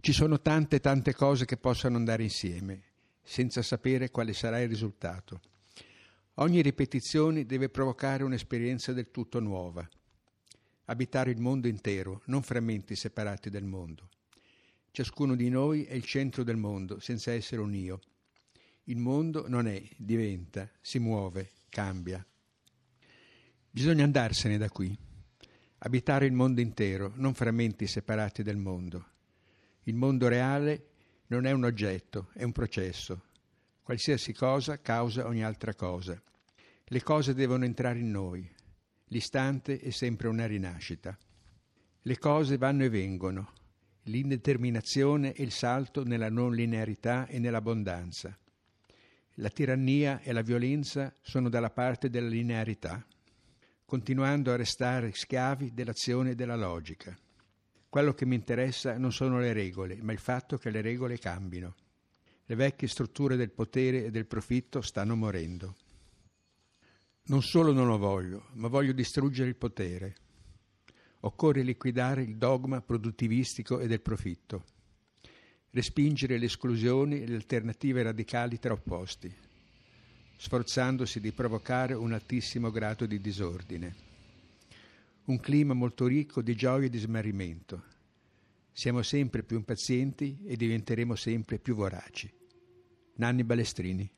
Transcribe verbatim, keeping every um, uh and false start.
Ci sono tante tante cose che possono andare insieme, senza sapere quale sarà il risultato. Ogni ripetizione deve provocare un'esperienza del tutto nuova. Abitare il mondo intero, non frammenti separati del mondo. Ciascuno di noi è il centro del mondo, senza essere un io. Il mondo non è, diventa, si muove, cambia. Bisogna andarsene da qui. Abitare il mondo intero, non frammenti separati del mondo. Il mondo reale non è un oggetto, è un processo. Qualsiasi cosa causa ogni altra cosa. Le cose devono entrare in noi. L'istante è sempre una rinascita. Le cose vanno e vengono. L'indeterminazione è il salto nella non linearità e nell'abbondanza. La tirannia e la violenza sono dalla parte della linearità, continuando a restare schiavi dell'azione e della logica. Quello che mi interessa non sono le regole, ma il fatto che le regole cambino. Le vecchie strutture del potere e del profitto stanno morendo. Non solo non lo voglio, ma voglio distruggere il potere. Occorre liquidare il dogma produttivistico e del profitto. Respingere le esclusioni e le alternative radicali tra opposti, sforzandosi di provocare un altissimo grado di disordine. Un clima molto ricco di gioia e di smarrimento. Siamo sempre più impazienti e diventeremo sempre più voraci. Nanni Balestrini.